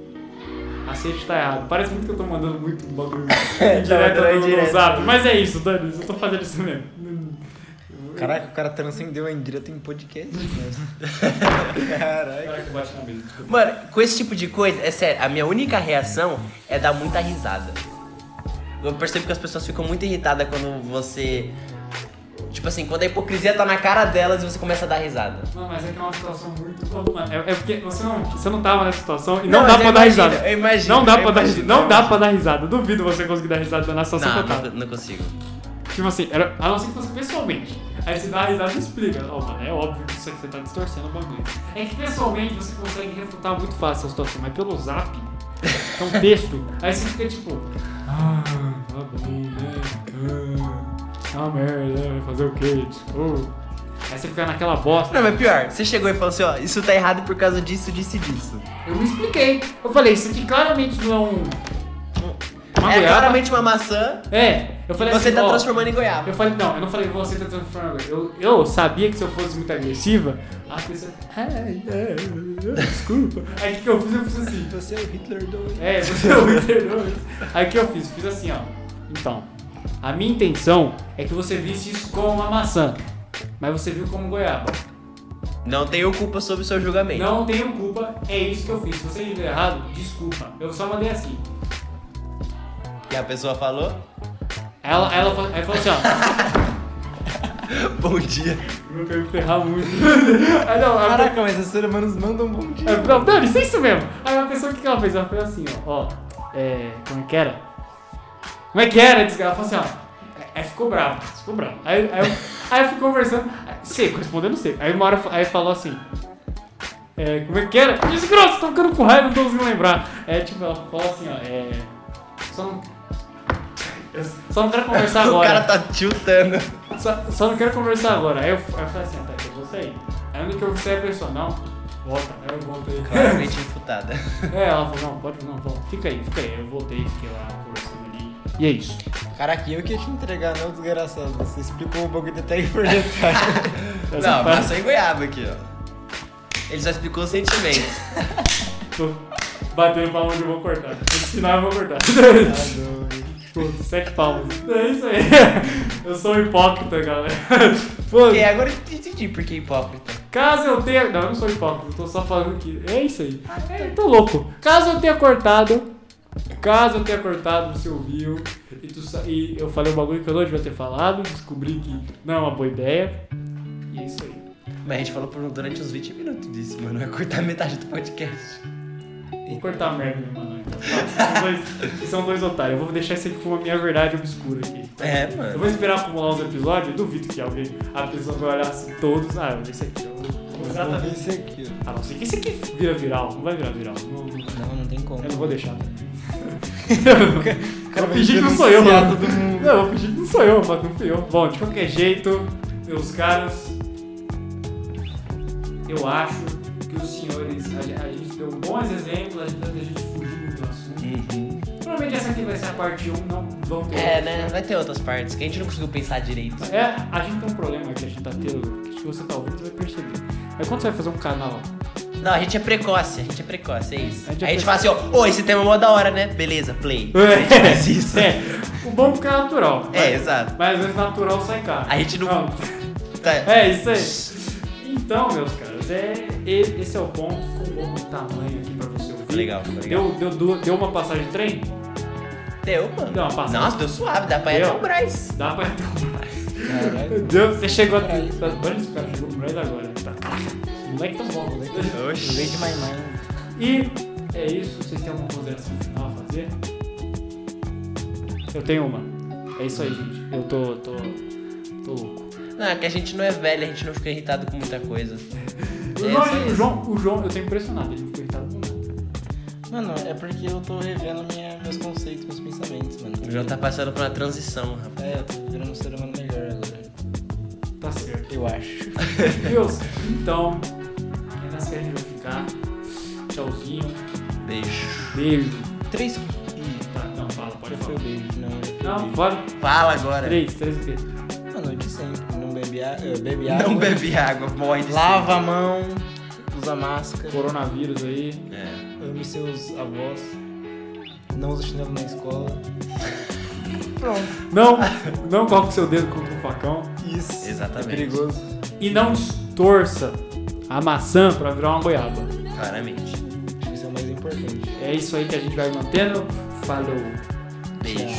aceite que tá errado. Parece muito que eu tô mandando muito bagulho indireto mandando no, no indireto. zap. Mas é isso, Dani, eu tô fazendo isso mesmo. Caraca, o cara transcendeu a indireta em podcast mesmo. Caraca. Caraca, eu bati na mesa, desculpa. Mano, com esse tipo de coisa, é sério, a minha única reação é dar muita risada. Eu percebo que as pessoas ficam muito irritadas quando você. Tipo assim, quando a hipocrisia tá na cara delas e você começa a dar risada. Não, mas é que é uma situação muito... Mano, é, é porque você não, você não tava nessa situação e não, Não, dá mas pra eu dar imagino, risada. eu imagino, Não dá eu pra dar imagino, risada. Não eu dá imagino. pra dar risada. Duvido você conseguir dar risada na situação que eu Não, tava. não, não consigo. Tipo assim, era, a não ser que fosse pessoalmente. Aí você dá uma risada e explica. Ó, mano, é óbvio que isso aqui você tá distorcendo o bagulho. É que pessoalmente você consegue refutar muito fácil a situação, mas pelo zap, é um texto, aí você fica tipo. Ah, tá bom, né? Ah, uma merda, vai fazer o quê? Tipo. Aí você fica naquela bosta. Não, mas pior, você chegou e falou assim, ó, isso tá errado por causa disso, disso e disso. Eu me expliquei. Eu falei, isso aqui claramente não é um. Uma é goiaba. claramente uma maçã, É, eu falei você assim, tá ó, transformando em goiaba. Eu falei, não, eu não falei você tá transformando. Eu, eu sabia que se eu fosse muito agressiva, a pessoa. Ai, ai, desculpa. Aí o que, que eu fiz? Eu fiz assim. Você é o Hitler dois. É, você é o Hitler dois. Aí o que eu fiz? Fiz assim, ó. Então, A minha intenção é que você visse isso como uma maçã, mas você viu como goiaba. Não tenho culpa sobre o seu julgamento. Não tenho culpa, é isso que eu fiz. Se você viu errado, desculpa. Eu só mandei assim. E a pessoa falou? Ela, ela, falou- ela falou assim, ó. Bom dia. Eu quero me ferrar muito. Aí não, a- Caraca, mas os seres humanos mandam um bom dia. É, não, não, isso é isso mesmo. Aí a pessoa, o que que ela fez? Ela fez assim, ó, ó, é, como é que era? Como é que era? Ela falou assim, ó, aí ficou bravo, ficou bravo. Aí, aí, eu, aí eu fui conversando, seco, respondendo seco. Aí uma hora, aí falou assim, é, como é que era? Disse, grosso, tô ficando com raiva, não tô conseguindo lembrar. É, tipo, ela falou assim, ó, é, só não, eu só não quero conversar O agora. cara tá tiltando. Só, só não quero conversar agora. Aí eu, aí eu falei assim, tá, eu vou sair. Aí onde que eu saí a pessoa, não, volta. Aí eu voltei. Claramente infutada. É, ela falou, não, pode, não, volta. Fica aí, fica aí. Aí eu voltei, fiquei lá conversando ali. E é isso. Caraca, eu que ia te entregar, não, desgraçado. Você explicou o bagulho detalhe por detalhe. Essa Não, parte- maçã e goiaba aqui, ó. Ele só explicou os sentimentos. Tô batendo palma onde eu vou cortar. Esse sinal eu vou cortar. Tô, sete palmas. É isso aí. Eu sou um hipócrita, galera. Pô, Porque agora eu entendi por que hipócrita. caso eu tenha... Não, eu não sou hipócrita, eu tô só falando que... É isso aí. É, eu tô louco. Caso eu tenha cortado... Caso eu tenha cortado, você ouviu e, tu, sa- e eu falei um bagulho que eu não devia ter falado, descobri que não é uma boa ideia. E é isso aí. Mas a gente falou por durante uns vinte minutos disso, mano. Vai cortar metade do podcast. Vou cortar a merda, né, mano? São dois, são dois otários. Eu vou deixar isso aqui com a minha verdade obscura aqui. É, Eu mano. vou esperar acumular os episódios, eu duvido que alguém, a pessoa vai olhar assim todos. Ah, eu vou ver esse aqui. Eu vou- Vou ver Exatamente. esse aqui, ó. Ah, não sei que esse aqui vira viral. Não vai virar viral. Não, não, Não, não tem como. eu não vou deixar. O cara Eu vai fingi que não sou eu, denunciar mano. todo mundo. Não, eu fingi que não sou eu, mas não fui eu. Bom, de qualquer jeito, meus caros, eu acho que os senhores, a, a gente deu bons exemplos, a gente, a gente fugiu muito do assunto. Uhum. Provavelmente essa aqui vai ser a parte um, não vão ter. É, outras, né? Vai ter outras partes que a gente não conseguiu pensar direito. É, a gente tem um problema que a gente tá tendo, que se você tá ouvindo, você vai perceber. É quando você vai fazer um canal. Não, a gente é precoce, a gente é precoce, é isso. A A gente gente, é fala assim, ó, ô, esse tema é mó da hora, né? Beleza, play. A gente faz isso. É, o bom porque é natural. É, mas- exato. Mas às vezes natural sai caro. A gente não- Tá. É, isso aí. Então, meus caras, é, e- esse é o ponto. Ficou um bom tamanho aqui pra você ouvir. Legal, legal. Deu, deu, du- deu uma passagem de trem? Deu, mano. Deu uma passada. Nossa, deu suave, dá pra ir Deu. até o Braz. Dá pra ter um. Caralho. Deu, você chegou até. Tá, olha esse cara, chegou no Braz agora. Tá, caraca, os moleques tão bons, moleque. Oxi. Lady My Mind. E é isso. Vocês têm alguma consideração final a fazer? Eu tenho uma. É isso aí, gente. Eu tô. tô. tô louco. Não, é que a gente não é velho, a gente não fica irritado com muita coisa. O É, João, só o, isso. João, o João, eu tô impressionado, ele não ficou irritado com nada. Mano, é porque eu tô revendo minha, meus conceitos, meus pensamentos, mano. O João tá passando por uma transição, rapaz. É, eu tô virando um ser humano melhor agora. Tá certo. Eu acho. Deus, então, é nessa que a gente vai ficar. Tchauzinho. Beijo. Beijo. Três. Tá, não, fala, pode Já foi o falar. beijo, não. Já foi o Não, beijo. pode. Fala agora. Três, três o quê? Mano, de sempre. Não bebe, a... eh, bebe água. Não bebe água, morre de Lava a mão. Usa máscara. Coronavírus aí. sede. É. Ame seus avós. Não use chinelo na escola. Pronto. Não, não coloque seu dedo contra um facão. Isso. Exatamente. É perigoso. E não distorça a maçã pra virar uma goiaba. Claramente. Acho que isso é o mais importante. É isso aí que a gente vai mantendo. Falou. Beijo.